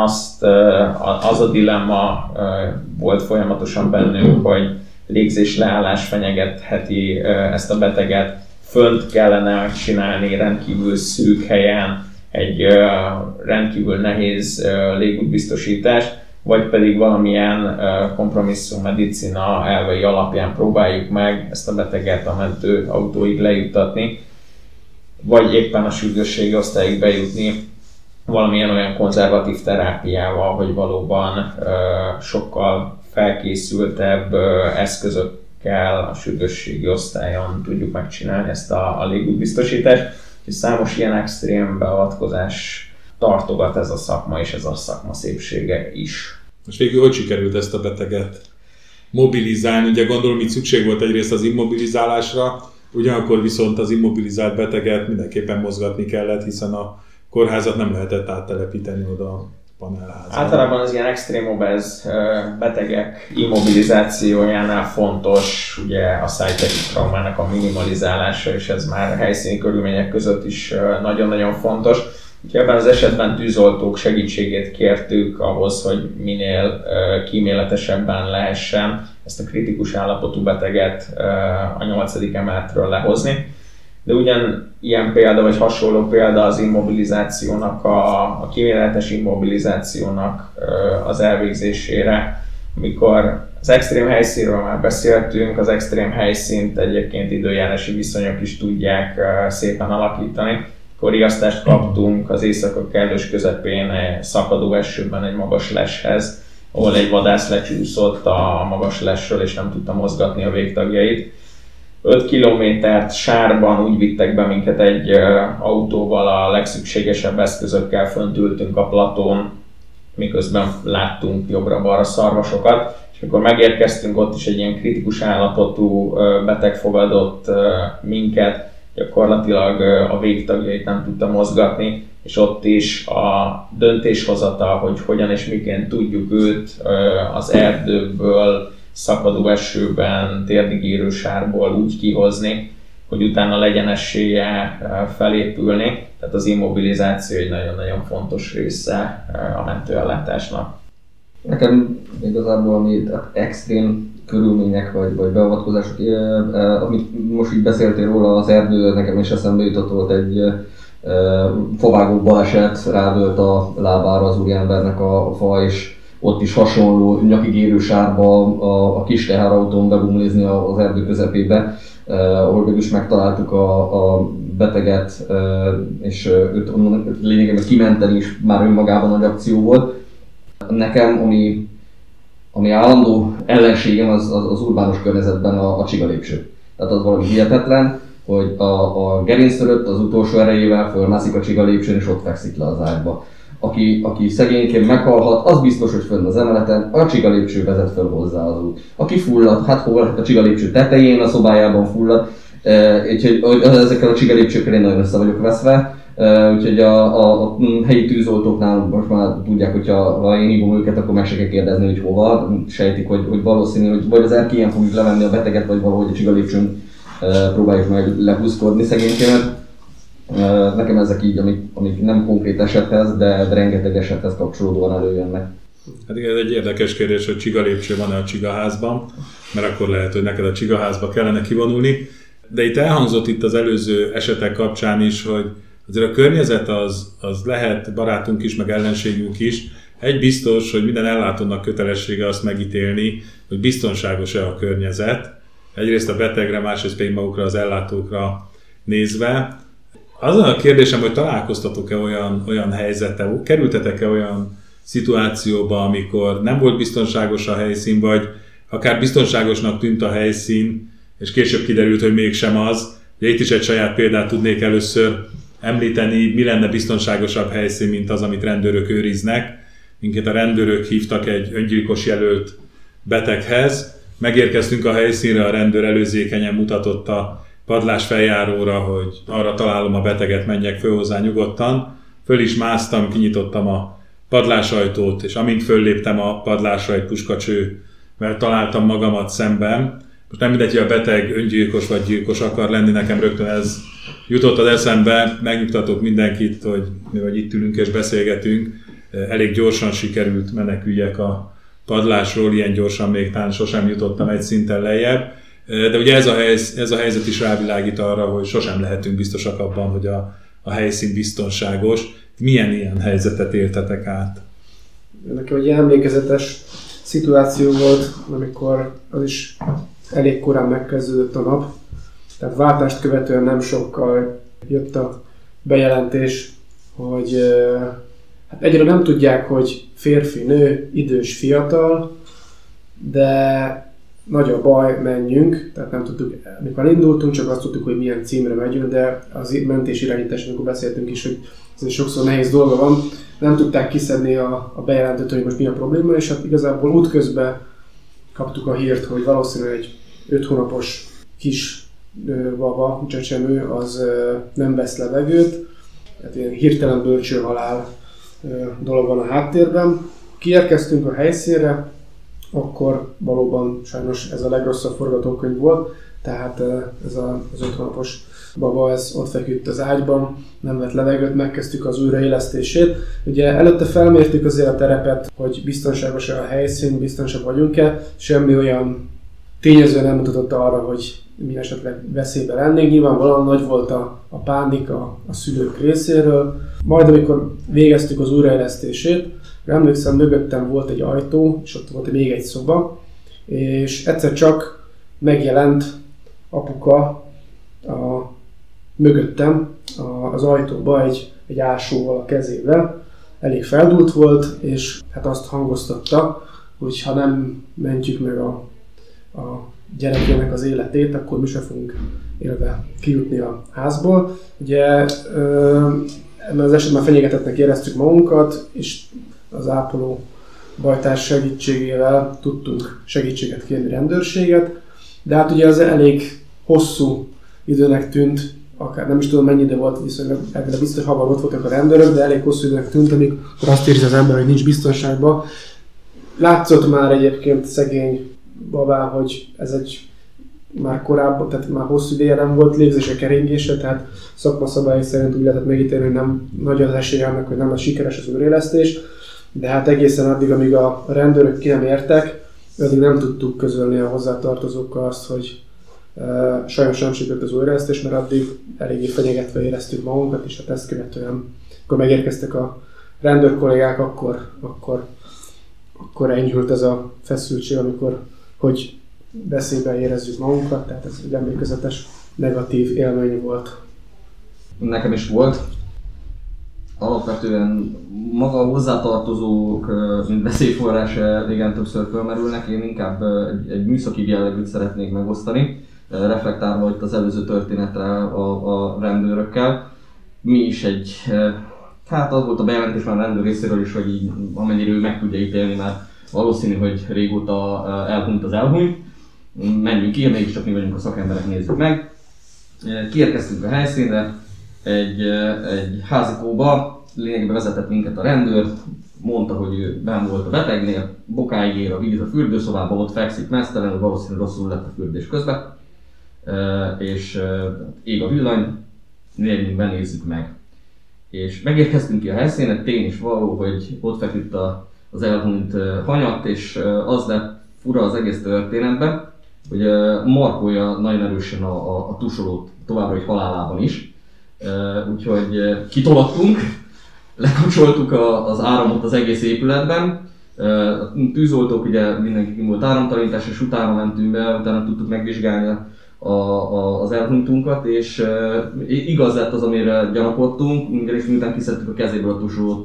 az a dilemma volt folyamatosan bennünk, hogy légzés leállás fenyegetheti ezt a beteget, fönt kellene megcsinálni rendkívül szűk helyen egy rendkívül nehéz légútbiztosítást, vagy pedig valamilyen kompromisszum medicina elvei alapján próbáljuk meg ezt a beteget a mentőautóig lejuttatni, vagy éppen a sürgősségi osztályig bejutni valamilyen olyan konzervatív terápiával, hogy valóban sokkal felkészültebb eszközökkel a sürgősségi osztályon tudjuk megcsinálni ezt a légútbiztosítást. És számos ilyen extrém beavatkozás tartogat ez a szakma, és ez a szakma szépsége is. Most végül hogy sikerült ezt a beteget mobilizálni? Ugye gondolom, itt szükség volt egyrészt az immobilizálásra, ugyanakkor viszont az immobilizált beteget mindenképpen mozgatni kellett, hiszen a kórházat nem lehetett áttelepíteni oda a panelházba. Általában az ilyen extrém obez betegek immobilizációjánál fontos ugye a szájteki traumának a minimalizálása, és ez már helyszíni körülmények között is nagyon-nagyon fontos. Úgyhogy ebben az esetben tűzoltók segítségét kértük ahhoz, hogy minél kíméletesebben lehessen ezt a kritikus állapotú beteget a 8. emeletről lehozni. De ugyan ilyen példa, vagy hasonló példa az immobilizációnak, a kíméletes immobilizációnak az elvégzésére, amikor az extrém helyszínről már beszéltünk, az extrém helyszínt egyébként időjárási viszonyok is tudják szépen alakítani. Akkor riasztást kaptunk az éjszaka kellős közepén szakadó esőben egy magas leshez, ahol egy vadász lecsúszott a magas lesről és nem tudta mozgatni a végtagjait. 5 kilométert sárban úgy vittek be minket egy autóval, a legszükségesebb eszközökkel fönt ültünk a platón, miközben láttunk jobbra-balra szarvasokat, és amikor megérkeztünk, ott is egy ilyen kritikus állapotú beteg fogadott minket, gyakorlatilag a végtagjait nem tudta mozgatni, és ott is a döntéshozatal, hogy hogyan és miként tudjuk őt az erdőből, szakadó esőben, térdig érő sárból úgy kihozni, hogy utána legyen esélye felépülni. Tehát az immobilizáció egy nagyon-nagyon fontos része a mentőellátásnak. Nekem igazából ami extrém körülmények vagy beavatkozások, amit most így beszéltél róla, az erdő, nekem is eszembe jutott, volt egy favágó baleset, rádőlt a lábára az úriembernek a fa, és ott is hasonló nyakig érő sárba a kis teherautón bebumlizni az erdő közepébe, ahol végül is megtaláltuk a beteget, és őt lényegében kimenteni is már önmagában nagy akció volt. Nekem, ami állandó ellenségem, az urbánus környezetben a csigalépső. Tehát az valami hihetetlen. hogy a gerinc fölött az utolsó erejével fölmászik a csiga lépcsőn és ott fekszik le az ágyba. Aki szegényként meghalhat, az biztos, hogy fönn az emeleten, a csiga lépcső vezet föl hozzá az út. Aki fullad, hát hol a csiga lépcső tetején, a szobájában fullad, úgyhogy ezekkel a csiga lépcsőkkel én nagyon össze vagyok veszve. Úgyhogy a helyi tűzoltóknál most már tudják, hogy ha én hívom őket, akkor meg se kell kérdezni, hogy hova. Sejtik, hogy valószínű, hogy vagy az erkélyen fogjuk levenni a beteget, vagy valahogy a csiga lépcsőn próbáljuk meg lehúzkodni szegénykémet. Nekem ezek így, amik nem konkrét esethez, de rengeteg esethez kapcsolódóan előjönnek. Hát igen, ez egy érdekes kérdés, hogy csiga lépcső van-e a csigaházban, mert akkor lehet, hogy neked a csigaházba kellene kivonulni. De itt elhangzott itt az előző esetek kapcsán is, hogy azért a környezet az lehet barátunk is, meg ellenségünk is. Egy biztos, hogy minden ellátónak kötelessége azt megítélni, hogy biztonságos-e a környezet. Egyrészt a betegre, másrészt pedig magukra, az ellátókra nézve. Azon a kérdésem, hogy találkoztatok-e olyan helyzettel, kerültetek-e olyan szituációba, amikor nem volt biztonságos a helyszín, vagy akár biztonságosnak tűnt a helyszín, és később kiderült, hogy mégsem az. Ugye itt is egy saját példát tudnék először említeni, mi lenne biztonságosabb helyszín, mint az, amit rendőrök őriznek. Minket a rendőrök hívtak egy öngyilkos jelölt beteghez. Megérkeztünk a helyszínre, a rendőr előzékenyen mutatott a padlás feljáróra, hogy arra találom a beteget, menjek föl hozzá nyugodtan. Föl is másztam, kinyitottam a padlásajtót, és amint fölléptem a padlásra, egy puskacsővel találtam magamat szemben. Most nem mindegy, hogy a beteg öngyilkos vagy gyilkos akar lenni, nekem rögtön ez jutott az eszembe, megnyugtatok mindenkit, hogy mi vagy itt ülünk és beszélgetünk. Elég gyorsan sikerült meneküljek a padlásról, ilyen gyorsan még talán sosem jutottam egy szinten lejjebb. De ugye ez a helyzet is rávilágít arra, hogy sosem lehetünk biztosak abban, hogy a helyszín biztonságos. Milyen ilyen helyzetet éltetek át? Nekem egy emlékezetes szituáció volt, amikor az is elég korán megkezdődött a nap. Tehát váltást követően nem sokkal jött a bejelentés, hogy hát egyre nem tudják, hogy férfi, nő, idős, fiatal, de nagy a baj, menjünk. Tehát nem tudtuk, amikor indultunk, csak azt tudtuk, hogy milyen címre megyünk, de az mentés irányítás, amikor beszéltünk is, hogy ez sokszor nehéz dolga van, nem tudták kiszedni a bejelentőt, hogy most mi a probléma, és hát igazából útközben kaptuk a hírt, hogy valószínűleg egy 5 hónapos kis baba, csecsemő, az nem vesz levegőt, tehát ilyen hirtelen bölcsőhalál dolog van a háttérben. Kiérkeztünk a helyszínre, akkor valóban sajnos ez a legrosszabb forgatókönyv volt, tehát ez az 5 hónapos baba ez ott feküdt az ágyban, nem vett levegőt, megkezdtük az újraélesztését. Ugye előtte felmértük azért a terepet, hogy biztonságos-e a helyszín, biztonság vagyunk-e, semmi olyan tényező nem mutatott arra, hogy mi esetleg veszélyben lennénk. Nyilvánvalóan nagy volt a pánik a szülők részéről. Majd amikor végeztük az újraélesztését, emlékszem, mögöttem volt egy ajtó, és ott volt még egy szoba, és egyszer csak megjelent apuka mögöttem az ajtóba egy ásóval a kezével. Elég feldúlt volt, és hát azt hangoztatta, hogy ha nem mentjük meg a gyerekének az életét, akkor mi sem fogunk élve kijutni a házból. Ugye ebben az esetben fenyegetettnek éreztük magunkat, és az ápoló bajtárs segítségével tudtunk segítséget kérni, rendőrséget, de hát ugye az elég hosszú időnek tűnt, akár nem is tudom mennyi idő volt, viszonylag ebben biztos hamar ott voltak a rendőrök, de elég hosszú időnek tűnt, amikor azt érzi az ember, hogy nincs biztonságban. Látszott már egyébként szegény babán, hogy ez egy már korábban, tehát már hosszú ideje nem volt légzése, keringése, tehát szakmaszabályok szerint úgy lehetett megítélni, hogy nem nagy az esélye annak, hogy nem lesz sikeres az újraélesztés, de hát egészen addig, amíg a rendőrök ki nem értek, addig nem tudtuk közölni a hozzátartozókkal azt, hogy sajnos nem sikerült az újraélesztés, mert addig eléggé fenyegetve éreztük magunkat, és hát ezt követően, amikor megérkeztek a rendőrkollégák, akkor enyhült ez a feszültség, amikor hogy veszélyben érezzük magunkat, tehát ez egy emlékezetes negatív élmény volt. Nekem is volt. Alapvetően maga a hozzátartozók, mint veszélyforrás igen többször felmerülnek, én inkább egy műszaki jellegűt szeretnék megosztani. reflektálva itt az előző történetre a rendőrökkel. Mi is hát az volt a bejelentés már a rendőr részéről is, hogy így, amennyire ő meg tudja ítélni, mert valószínű, hogy régóta elhunyt az elhunyt. Menjünk ki, mégiscsak mi vagyunk a szakemberek, nézzük meg. Kiérkeztünk a helyszínre, egy házikóba, lényegében vezetett minket a rendőr, mondta, hogy ő benn volt a betegnél, bokáig ér a víz a fürdőszobában, ott fekszik meztelenül, valószínűleg rosszul lett a fürdés közben, és ég a villany, lényegében benézzük meg. És megérkeztünk ki a helyszínre, tény is való, hogy ott feküdt az elhunyt hanyatt, és az lett fura az egész történetben, hogy markolja nagyon erősen a tusolót továbbra egy halálában is. Úgyhogy kitolottunk, lekapcsoltuk az áramot az egész épületben. A tűzoltók, ugye mindenki volt áramtalanítás, és utána mentünk be, utána tudtuk megvizsgálni az elhunytunkat, és igaz lett az, amire gyanakodtunk, és miután kiszedtük a kezéből a tusolót,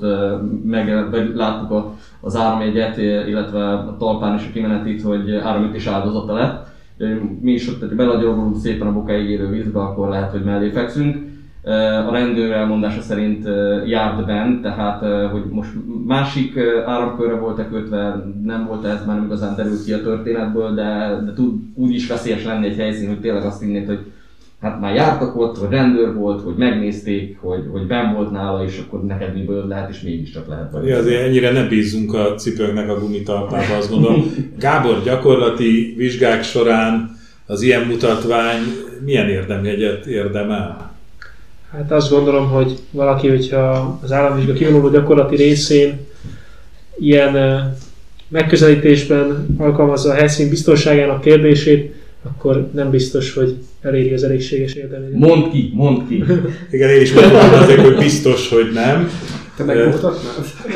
láttuk az áramjegyet, illetve a talpán is a kimenetit, hogy áramütés áldozata lett. Mi is ott, hogy belagyarogulunk szépen a bokáig érő vízbe, akkor lehet, hogy mellé fekszünk. A rendőr elmondása szerint járt benn, tehát hogy most másik áramkörre volt-e kötve, nem volt ez, már nem igazán derült ki a történetből, de tud úgy is veszélyes lenni egy helyszín, hogy tényleg azt hinnéd, hogy hát már jártak ott, hogy rendőr volt, hogy megnézték, hogy benn volt nála, és akkor neked miből lehet, és mégiscsak lehet. Ja, azért ennyire ne bízzunk a cipőnknek a gumitalpába, azt gondolom. Gábor, gyakorlati vizsgák során az ilyen mutatvány milyen érdemjegyet érdemel? Hát azt gondolom, hogy valaki, hogyha az államvizsga kivonuló gyakorlati részén ilyen megközelítésben alkalmazza a helyszín biztonságának kérdését, akkor nem biztos, hogy eléri az elégséges érdemét. Mondd ki! Igen, én is mondtam azért, hogy biztos, hogy nem. Te megmutatnád?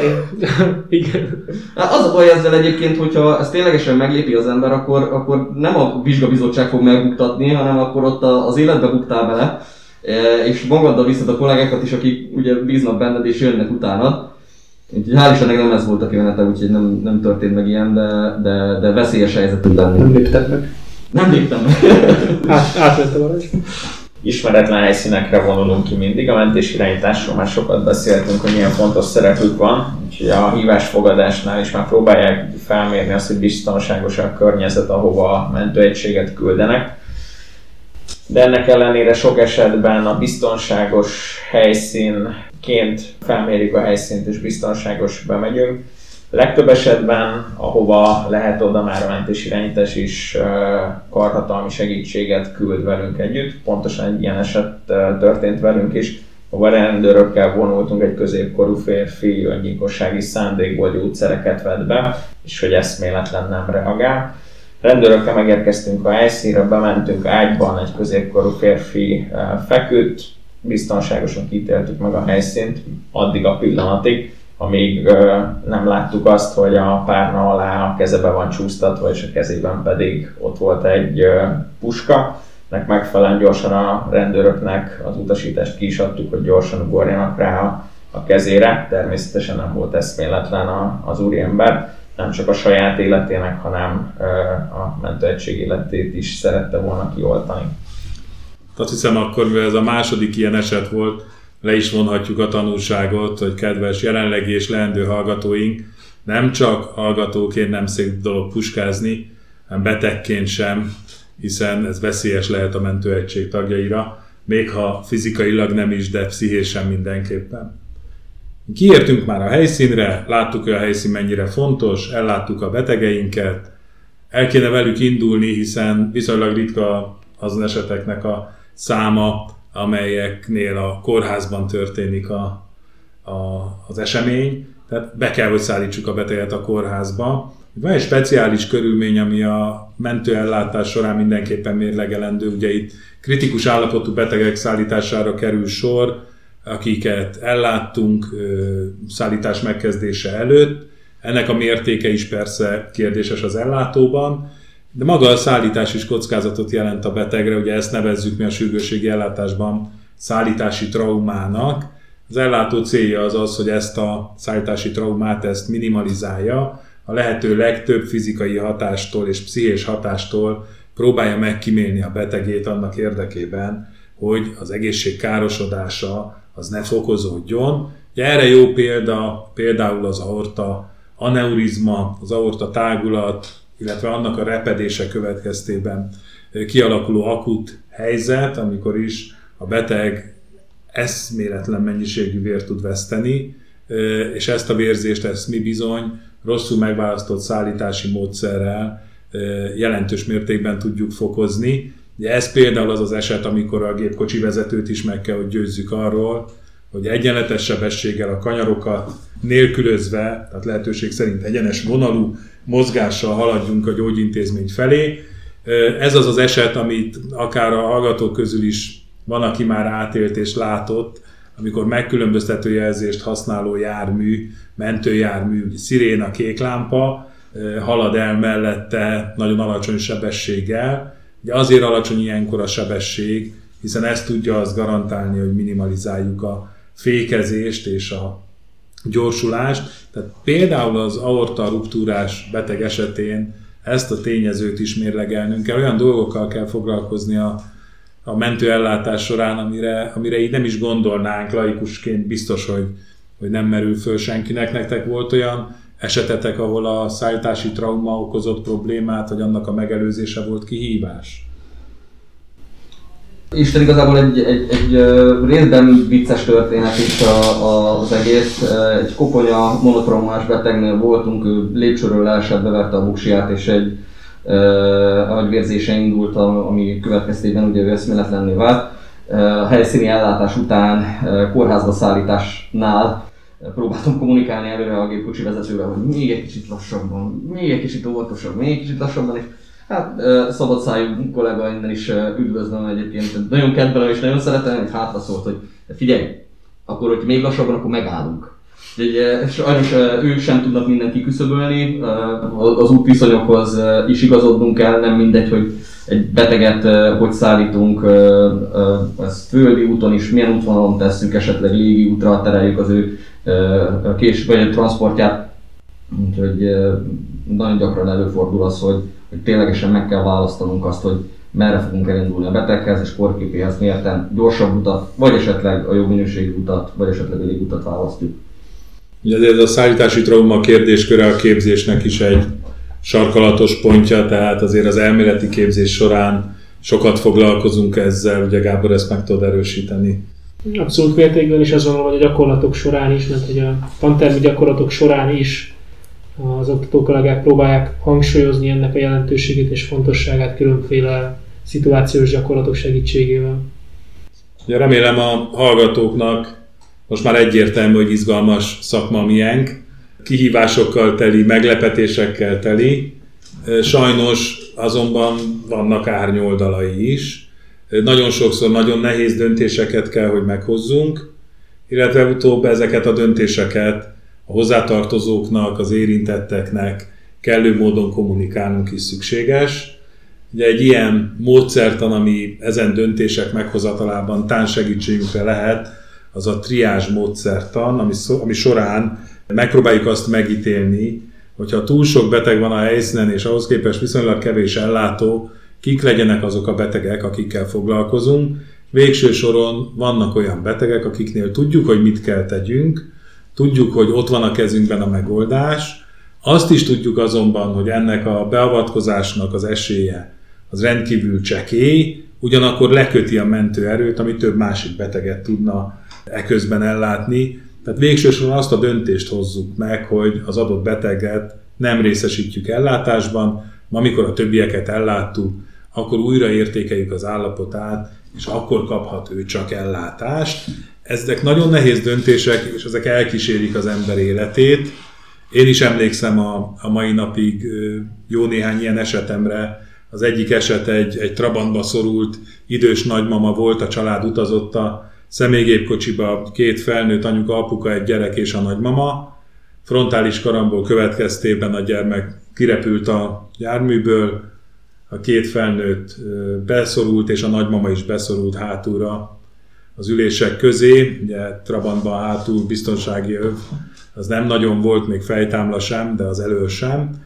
Igen. Az a baj ezzel egyébként, hogyha ez ténylegesen meglépi az ember, akkor nem a vizsgabizottság fog megbuktatni, hanem akkor ott az életbe buktál bele, és magaddal viszed a kollégákat is, akik ugye bíznak benned és jönnek utánad. Úgyhogy hál' Istennek nem ez volt a kimenete, úgyhogy nem történt meg ilyen, de veszélyes helyzet tud lenni. Nem lépted meg? Nem léptem meg. Átmentem arra is. Ismeretlen helyszínekre vonulunk ki mindig, a mentésirányításról már sokat beszéltünk, hogy milyen fontos szerepük van, úgyhogy a hívásfogadásnál is már próbálják felmérni azt, hogy biztonságos a környezet, ahova a mentőegységet küldenek. De ennek ellenére sok esetben a biztonságos helyszínként felmérjük a helyszínt és biztonságos bemegyünk. Legtöbb esetben, ahova lehet, oda már a mentésirányítás is karhatalmi segítséget küld velünk együtt. Pontosan egy ilyen eset történt velünk is, ahol rendőrökkel vonultunk, egy középkorú férfi öngyilkossági szándékból gyógyszereket vett be, és hogy eszméletlen nem reagál. Rendőrökkel megérkeztünk a helyszínre, bementünk ágyban, egy középkorú férfi feküdt, biztonságosan ítéltük meg a helyszínt addig a pillanatig, amíg nem láttuk azt, hogy a párna alá a kezebe van csúsztatva, és a kezében pedig ott volt egy puska. Nek megfelelően gyorsan a rendőröknek az utasítást ki is adtuk, hogy gyorsan ugorjanak rá a kezére. Természetesen nem volt eszméletlen az úriember, nem csak a saját életének, hanem a mentőegység életét is szerette volna kioltani. Azt hiszem akkor, mivel ez a második ilyen eset volt, le is vonhatjuk a tanulságot, hogy kedves jelenlegi és leendő hallgatóink, nem csak hallgatóként nem szép dolog puskázni, hanem betegként sem, hiszen ez veszélyes lehet a mentőegység tagjaira, még ha fizikailag nem is, de pszichésen mindenképpen. Kiértünk már a helyszínre, láttuk, hogy a helyszín mennyire fontos, elláttuk a betegeinket, el kéne velük indulni, hiszen viszonylag ritka azon eseteknek a száma, amelyeknél a kórházban történik az esemény, tehát be kell, hogy szállítsuk a beteget a kórházba. Van egy speciális körülmény, ami a mentőellátás során mindenképpen mérlegelendő, ugye itt kritikus állapotú betegek szállítására kerül sor, akiket elláttunk szállítás megkezdése előtt. Ennek a mértéke is persze kérdéses az ellátóban, de maga a szállítás is kockázatot jelent a betegre, ugye ezt nevezzük mi a sürgősségi ellátásban szállítási traumának. Az ellátó célja az, hogy ezt a szállítási traumát ezt minimalizálja, a lehető legtöbb fizikai hatástól és pszichés hatástól próbálja meg kímélni a betegét annak érdekében, hogy az egészség károsodása az ne fokozódjon. Ugye erre jó példa például az aorta aneurizma, az aorta tágulat, illetve annak a repedése következtében kialakuló akut helyzet, amikor is a beteg eszméletlen mennyiségű vért tud veszteni, és ezt a vérzést mi bizony rosszul megválasztott szállítási módszerrel jelentős mértékben tudjuk fokozni. Ugye ez például az az eset, amikor a gépkocsi vezetőt is meg kell, hogy győzzük arról, hogy egyenletes sebességgel a kanyarokat nélkülözve, tehát lehetőség szerint egyenes vonalú mozgással haladjunk a gyógyintézmény felé. Ez az az eset, amit akár a hallgatók közül is van, aki már átélt és látott, amikor megkülönböztető jelzést használó jármű, mentőjármű, sziréna, kék lámpa halad el mellette nagyon alacsony sebességgel. Ugye azért alacsony ilyenkor a sebesség, hiszen ezt tudja azt garantálni, hogy minimalizáljuk a fékezést és a gyorsulást. Tehát például az aorta ruptúrás beteg esetén ezt a tényezőt is mérlegelnünk kell. Olyan dolgokkal kell foglalkozni a mentőellátás során, amire így nem is gondolnánk laikusként, biztos, hogy nem merül föl senkinek. Nektek volt olyan esetetek, ahol a szállítási trauma okozott problémát, vagy annak a megelőzése volt kihívás? Isten igazából egy részben vicces történet is az egész. Egy koponya monotraumás betegnél voltunk, ő lépcsőről leesett, beverte a buksiját, és egy agyvérzése indult, ami következtében ugye ő eszméletlenné vált. A helyszíni ellátás után kórházba szállításnál próbáltam kommunikálni előre a gépkocsi vezetővel, hogy még egy kicsit lassabban, még egy kicsit óvatosabb, még egy kicsit lassabban, és hát szabadszájú kollega innen is üdvözlöm egyébként, nagyon kedvelem és nagyon szeretem, hogy hátra szólt, hogy figyelj, akkor hogy még lassabban, akkor megállunk. Sajnos ők sem tudnak mindent kiküszöbölni, az útviszonyokhoz is igazodnunk kell, nem mindegy, hogy egy beteget hogy szállítunk, ezt földi úton is, milyen útvonalon tesszük, esetleg légi útra tereljük az ő vagy a transportját. Úgyhogy nagyon gyakran előfordul az, hogy ténylegesen meg kell választanunk azt, hogy merre fogunk elindulni a beteghez és korképéhez mérten gyorsabb utat, vagy esetleg a jó minőségű utat, vagy esetleg a légutat választjuk. Ugye ez a szállítási trauma kérdésköre a képzésnek is egy sarkalatos pontja, tehát azért az elméleti képzés során sokat foglalkozunk ezzel, ugye Gábor ezt meg tud erősíteni. Abszolút mértékben is azt gondolom, hogy a gyakorlatok során is, mert hogy a tantermi gyakorlatok során is az oktatókollégák próbálják hangsúlyozni ennek a jelentőségét és fontosságát különféle szituációs gyakorlatok segítségével. Ja, remélem a hallgatóknak most már egyértelmű, hogy izgalmas szakma miénk, kihívásokkal teli, meglepetésekkel teli, sajnos azonban vannak árnyoldalai is. Nagyon sokszor nagyon nehéz döntéseket kell, hogy meghozzunk, illetve utóbb ezeket a döntéseket a hozzátartozóknak, az érintetteknek kellő módon kommunikálnunk is szükséges. Ugye egy ilyen módszertan, ami ezen döntések meghozatalában tán segítségünkre lehet, az a triázs módszertan, ami során megpróbáljuk azt megítélni, hogyha túl sok beteg van a helyszínen, és ahhoz képest viszonylag kevés ellátó, kik legyenek azok a betegek, akikkel foglalkozunk. Végső soron vannak olyan betegek, akiknél tudjuk, hogy mit kell tegyünk, tudjuk, hogy ott van a kezünkben a megoldás, azt is tudjuk azonban, hogy ennek a beavatkozásnak az esélye az rendkívül csekély, ugyanakkor leköti a mentőerőt, ami több másik beteget tudna eközben ellátni. Tehát végső soron azt a döntést hozzuk meg, hogy az adott beteget nem részesítjük ellátásban, amikor a többieket elláttuk, akkor újra értékeljük az állapotát, és akkor kaphat ő csak ellátást. Ezek nagyon nehéz döntések, és ezek elkísérik az ember életét. Én is emlékszem a mai napig jó néhány ilyen esetemre. Az egyik eset egy Trabantba szorult idős nagymama volt, a család utazott a személygépkocsiba, 2 felnőtt, anyuka, apuka, egy gyerek és a nagymama. Frontális karambol következtében a gyermek kirepült a járműből, a 2 felnőtt beszorult, és a nagymama is beszorult hátulra az ülések közé. Ugye Trabantban hátul biztonsági öv, az nem nagyon volt, még fejtámla sem, de az elől sem.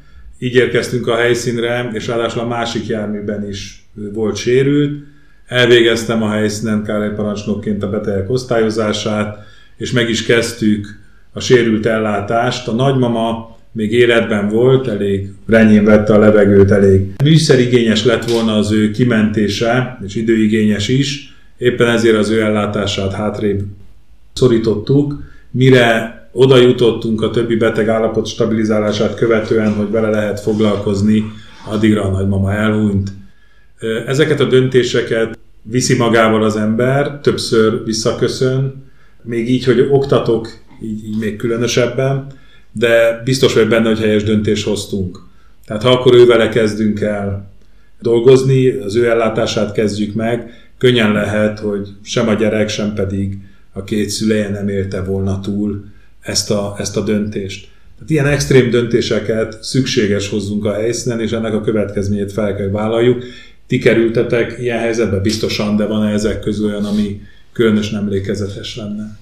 Így érkeztünk a helyszínre, és ráadásul a másik járműben is volt sérült. Elvégeztem a helyszínen Károly parancsnokként a betegek osztályozását, és meg is kezdtük a sérült ellátást. A nagymama még életben volt, elég renyén vette a levegőt, elég műszerigényes lett volna az ő kimentése, és időigényes is. Éppen ezért az ő ellátását hátrébb szorítottuk, mire oda jutottunk a többi beteg állapot stabilizálását követően, hogy vele lehet foglalkozni, addigra a nagymama elhunyt. Ezeket a döntéseket viszi magával az ember, többször visszaköszön, még így, hogy oktatok, így még különösebben, de biztos vagy benne, hogy helyes döntést hoztunk. Tehát ha akkor ővele kezdünk el dolgozni, az ő ellátását kezdjük meg, könnyen lehet, hogy sem a gyerek, sem pedig a két szüleje nem élte volna túl ezt a döntést. Tehát ilyen extrém döntéseket szükséges hozzunk a helyszínen, és ennek a következményét fel kell vállaljuk. Ti kerültetek ilyen helyzetbe biztosan, de van ezek közül olyan, ami különösen emlékezetes lenne?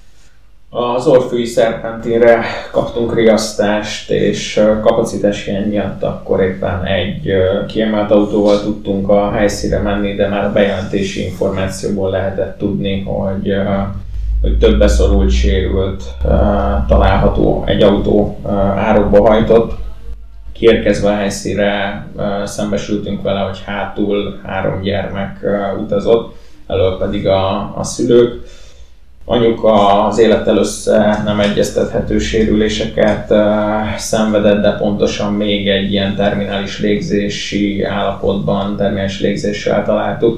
Az Orrfűi szerpentinre kaptunk riasztást, és kapacitás hiány miatt akkor éppen egy kiemelt autóval tudtunk a helyszínre menni, de már a bejelentési információból lehetett tudni, hogy több beszorult, sérült található, egy autó árokba hajtott. Kiérkezve a helyszínre szembesültünk vele, hogy hátul 3 gyermek utazott, elől pedig a szülők. Anyuka az élettel össze nem egyeztethető sérüléseket szenvedett, de pontosan még egy ilyen terminális légzési állapotban, terminális légzéssel találtuk.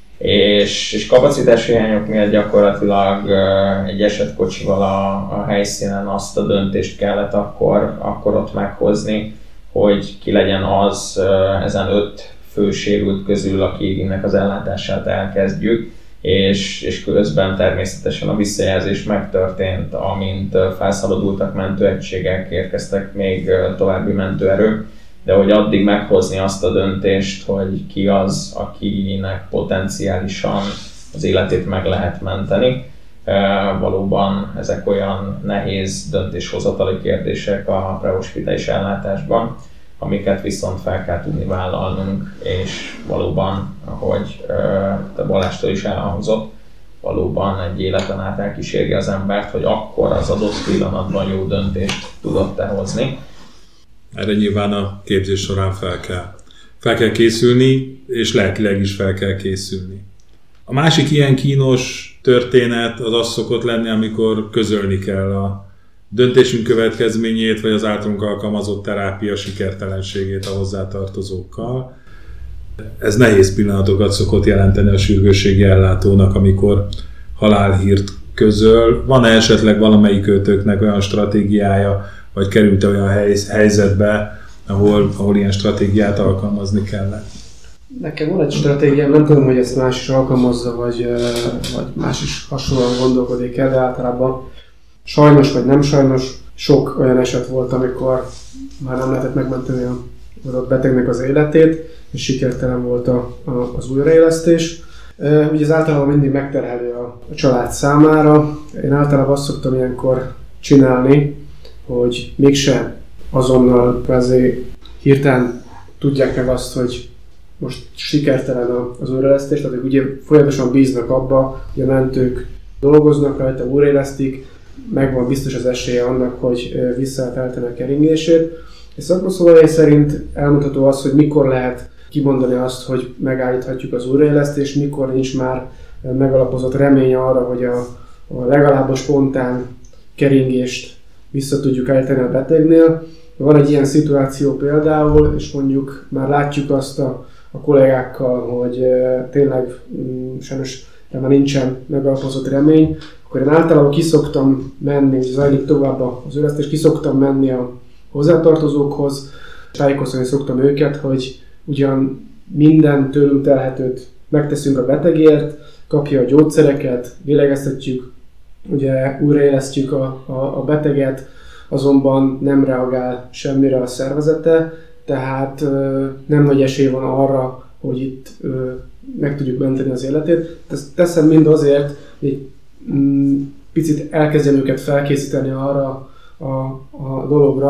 És kapacitási hiányok miatt gyakorlatilag egy esetkocsival a helyszínen azt a döntést kellett akkor ott meghozni, hogy ki legyen az ezen 5 fő sérült közül, akinek az ellátását elkezdjük. És közben természetesen a visszajelzés megtörtént, amint felszabadultak mentőegységek, érkeztek még további mentőerők, de hogy addig meghozni azt a döntést, hogy ki az, akinek potenciálisan az életét meg lehet menteni. Valóban ezek olyan nehéz döntéshozatali kérdések a prehospitális ellátásban, amiket viszont fel kell tudni vállalnunk, és valóban, ahogy te Balástól is elhangzott, valóban egy életen át elkíséri az embert, hogy akkor az adott pillanatban jó döntést tudott-e hozni. Erre nyilván a képzés során fel kell készülni, és lelkileg is fel kell készülni. A másik ilyen kínos történet az szokott lenni, amikor közölni kell a döntésünk következményét, vagy az általunk alkalmazott terápia sikertelenségét a hozzátartozókkal. Ez nehéz pillanatokat szokott jelenteni a sürgősségi ellátónak, amikor halálhírt közöl. Van-e esetleg valamelyik őtöknek olyan stratégiája, vagy került-e olyan helyzetbe, ahol ilyen stratégiát alkalmazni kellett? Nekem van egy stratégiám, nem tudom, hogy ezt más is alkalmazza, vagy más is hasonlóan gondolkodik el, de általában sajnos vagy nem sajnos sok olyan eset volt, amikor már nem lehetett megmenteni az adott betegnek az életét, és sikertelen volt az újraélesztés. Ugye ez általában mindig megterhelő a család számára. Én általában azt szoktam ilyenkor csinálni, hogy mégse azonnal hirtelen tudják meg azt, hogy most sikertelen az újraélesztés, tehát ugye folyamatosan bíznak abba, hogy a mentők dolgoznak rajta, újraélesztik, megvan biztos az esélye annak, hogy visszaállítani a keringését. És szakmaszóvalói szerint elmondható az, hogy mikor lehet kimondani azt, hogy megállíthatjuk az újraélesztést, mikor nincs már megalapozott remény arra, hogy a legalább a spontán keringést vissza tudjuk állítani a betegnél. Van egy ilyen szituáció például, és mondjuk már látjuk azt a kollégákkal, hogy tényleg sajnos már nincsen megalapozott remény, akkor én általában kiszoktam menni, hogy zajlik tovább az élesztés, kiszoktam menni a hozzátartozókhoz, tájékoztatni szoktam őket, hogy ugyan minden tőlünk telhetőt megteszünk a betegért, kapja a gyógyszereket, lélegeztetjük, ugye újraélesztjük a beteget, azonban nem reagál semmire a szervezete, tehát nem nagy esély van arra, hogy itt meg tudjuk menteni az életét. Ezt teszem mind azért, hogy picit elkezdjem őket felkészíteni arra a dologra,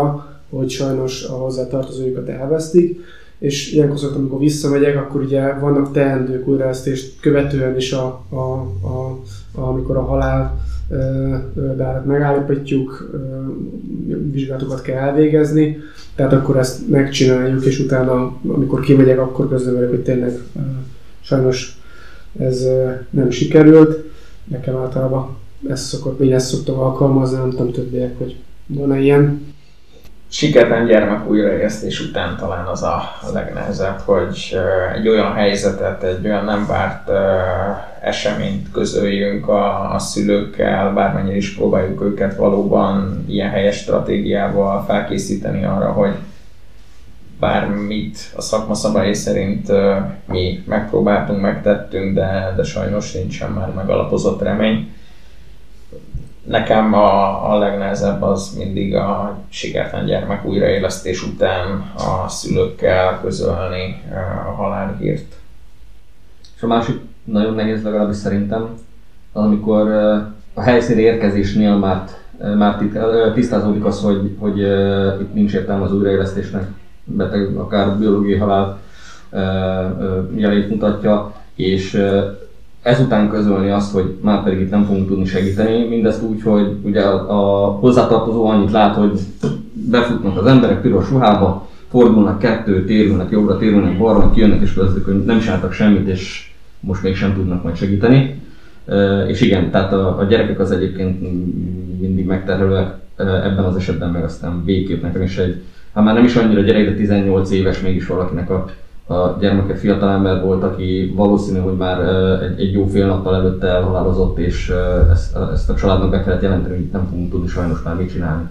hogy sajnos a hozzátartozóikat elvesztik, és ilyenkor szoktam, amikor visszamegyek, akkor ugye vannak teendők újraesztést követően is, amikor a halál megállapítjuk, vizsgálatokat kell elvégezni, tehát akkor ezt megcsináljuk, és utána, amikor kimegyek, akkor közlevelek, hogy tényleg sajnos ez nem sikerült. Nekem általában ezt szoktam alkalmazni, nem tudom többiek, hogy van-e ilyen. Sikertelen gyermek újraélesztés után talán az a legnehezebb, hogy egy olyan helyzetet, egy olyan nem várt eseményt közöljünk a szülőkkel, bármennyire is próbáljuk őket valóban ilyen helyes stratégiával felkészíteni arra, hogy bármit a szakma szabályai szerint mi megpróbáltunk, megtettünk, de sajnos nincsen már megalapozott remény. Nekem a legnehezebb az mindig a sikertelen gyermek újraélesztés után a szülőkkel közölni a halálhírt. És a másik nagyon nehéz, legalábbis szerintem, az amikor a helyszíni érkezésnél már tisztázódik az, hogy itt nincs értelme az újraélesztésnek, beteg, akár biológiai halál jelét mutatja, és ezután közölni azt, hogy már pedig itt nem fogunk tudni segíteni, mindezt úgy, hogy ugye a hozzátartozó annyit lát, hogy befutnak az emberek piros ruhába, fordulnak kettő, térülnek jobbra, térülnek balra, kijönnek és közlük, hogy nem csináltak semmit, és most mégsem tudnak majd segíteni. És igen, tehát a gyerekek az egyébként mindig megterhelőek, ebben az esetben meg aztán végképp nekem is hát már nem is annyira gyerek, de 18 éves mégis valakinek a gyermeke fiatalember volt, aki valószínű, hogy már egy jó fél nappal előtte elhalálozott, és ezt a családnak be kellett jelenteni, hogy nem fogunk tudni sajnos már mit csinálni.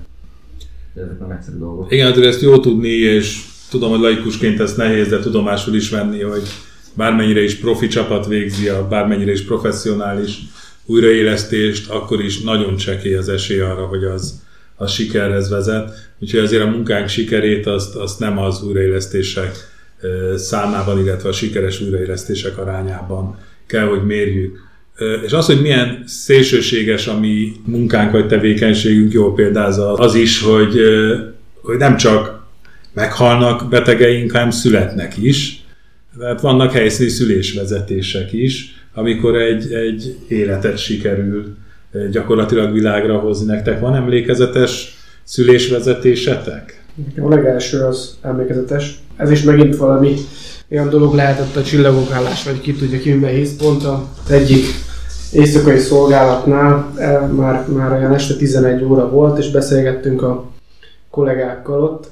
Ezek nem egyszerű dolgok. Igen, hát ezt jó tudni, és tudom, hogy laikusként ez nehéz, de tudomásul is venni, hogy bármennyire is profi csapat végzi, bármennyire is professzionális újraélesztést, akkor is nagyon csekély az esély arra, hogy az sikerhez vezet. Úgyhogy azért a munkánk sikerét azt nem az újraélesztések számában, illetve a sikeres újraélesztések arányában kell, hogy mérjük. És az, hogy milyen szélsőséges a mi munkánk vagy tevékenységünk, jó példázza az is, hogy nem csak meghalnak betegeink, hanem születnek is. Tehát vannak helyszíni szülésvezetések is, amikor egy életet sikerül gyakorlatilag világra hozni. Nektek van emlékezetes szülésvezetésetek? A legelső az emlékezetes. Ez is megint valami olyan dolog lehetett a csillagok állás, vagy ki tudja ki, miben hisz. Pont az egyik éjszakai szolgálatnál már olyan este 11 óra volt, és beszélgettünk a kollégákkal ott,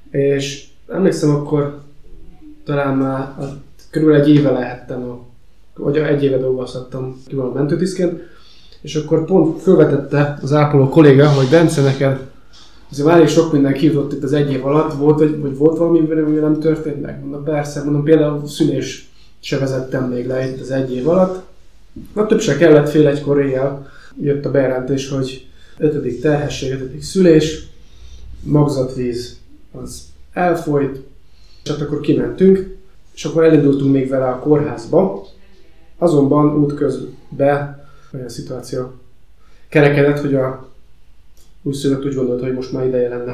és emlékszem, akkor talán már körülbelül egy éve lehettem, vagy egy éve dolgozhattam a mentőtisztként, és akkor pont felvetette az ápoló kolléga, hogy Bence, neked azért már elég sok minden kijutott itt az egy év alatt, volt valami, ami nem történt meg? Mondom, persze, mondom, például szülés se vezettem még le itt az egy év alatt. Na több se kellett, fél egykor éjjel jött a bejelentés, hogy 5. terhesség, 5. szülés, magzatvíz az elfolyt, és akkor kimentünk, és akkor elindultunk még vele a kórházba. Azonban útközben olyan szituáció kerekedett, hogy a újszülött úgy gondolta, hogy most már ideje lenne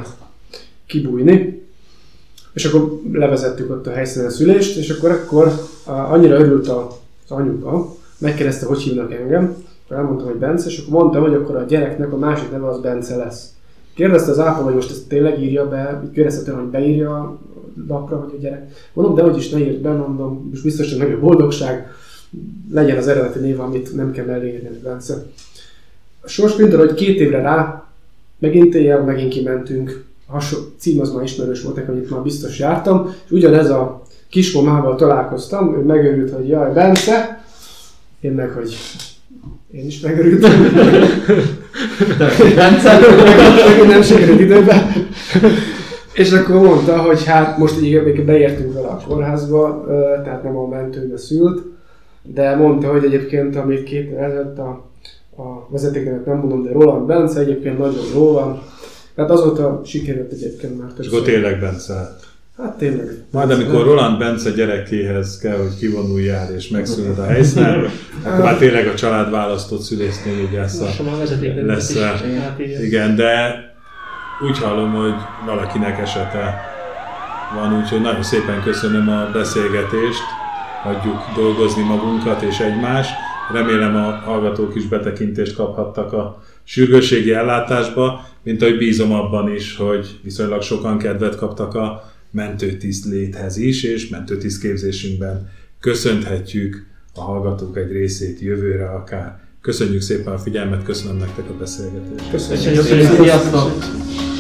kibújni. És akkor levezettük ott a helyszínen a szülést, és akkor annyira örült az anyuka, megkérdezte, hogy hívnak engem, akkor elmondtam, hogy Bence, és akkor mondtam, hogy akkor a gyereknek a másik neve az Bence lesz. Kérdezte az ápoló, hogy most ezt tényleg írja be, kérdezte tőle, hogy beírja a lapra, hogy a gyerek. Mondom, de hogy is ne írt be, mondom, most biztosan nagy a boldogság, legyen az eredeti név, amit nem kell elérni, Bence. A sorsprinter, hogy 2 évre rá, megint éjjel, megint kimentünk, a cím az már ismerős volt nekem, amit már biztos jártam, és ugyanez a kismamával találkoztam, ő megörült, hogy jaj, Bence, én meg, hogy én is megörültem. Bence, nem sikerült időben. És akkor mondta, hogy hát most így beértünk vele a kórházba, tehát nem a mentőbe szült, de mondta, hogy egyébként amit 2 évvel ezelőtt a vezetéknevet nem mondom, de Roland Bence egyébként nagyon jó van. Tehát azóta sikerült egyébként már többször. És akkor tényleg Bence. Hát tényleg. Majd amikor Roland Bence gyerekéhez kell, hogy kivonuljál és megszülöd a helyszínen, akkor már tényleg a család választott szülésznél így lesz. Igen, de úgy hallom, hogy valakinek esete van, úgyhogy nagyon szépen köszönöm a beszélgetést, hagyjuk dolgozni magunkat és egymást. Remélem a hallgatók is betekintést kaphattak a sürgősségi ellátásba, mint ahogy bízom abban is, hogy viszonylag sokan kedvet kaptak a mentőtiszt léthez is, és mentőtiszt képzésünkben köszönhetjük a hallgatók egy részét jövőre akár. Köszönjük szépen a figyelmet, köszönöm nektek a beszélgetést. Köszönjük. Sziasztok!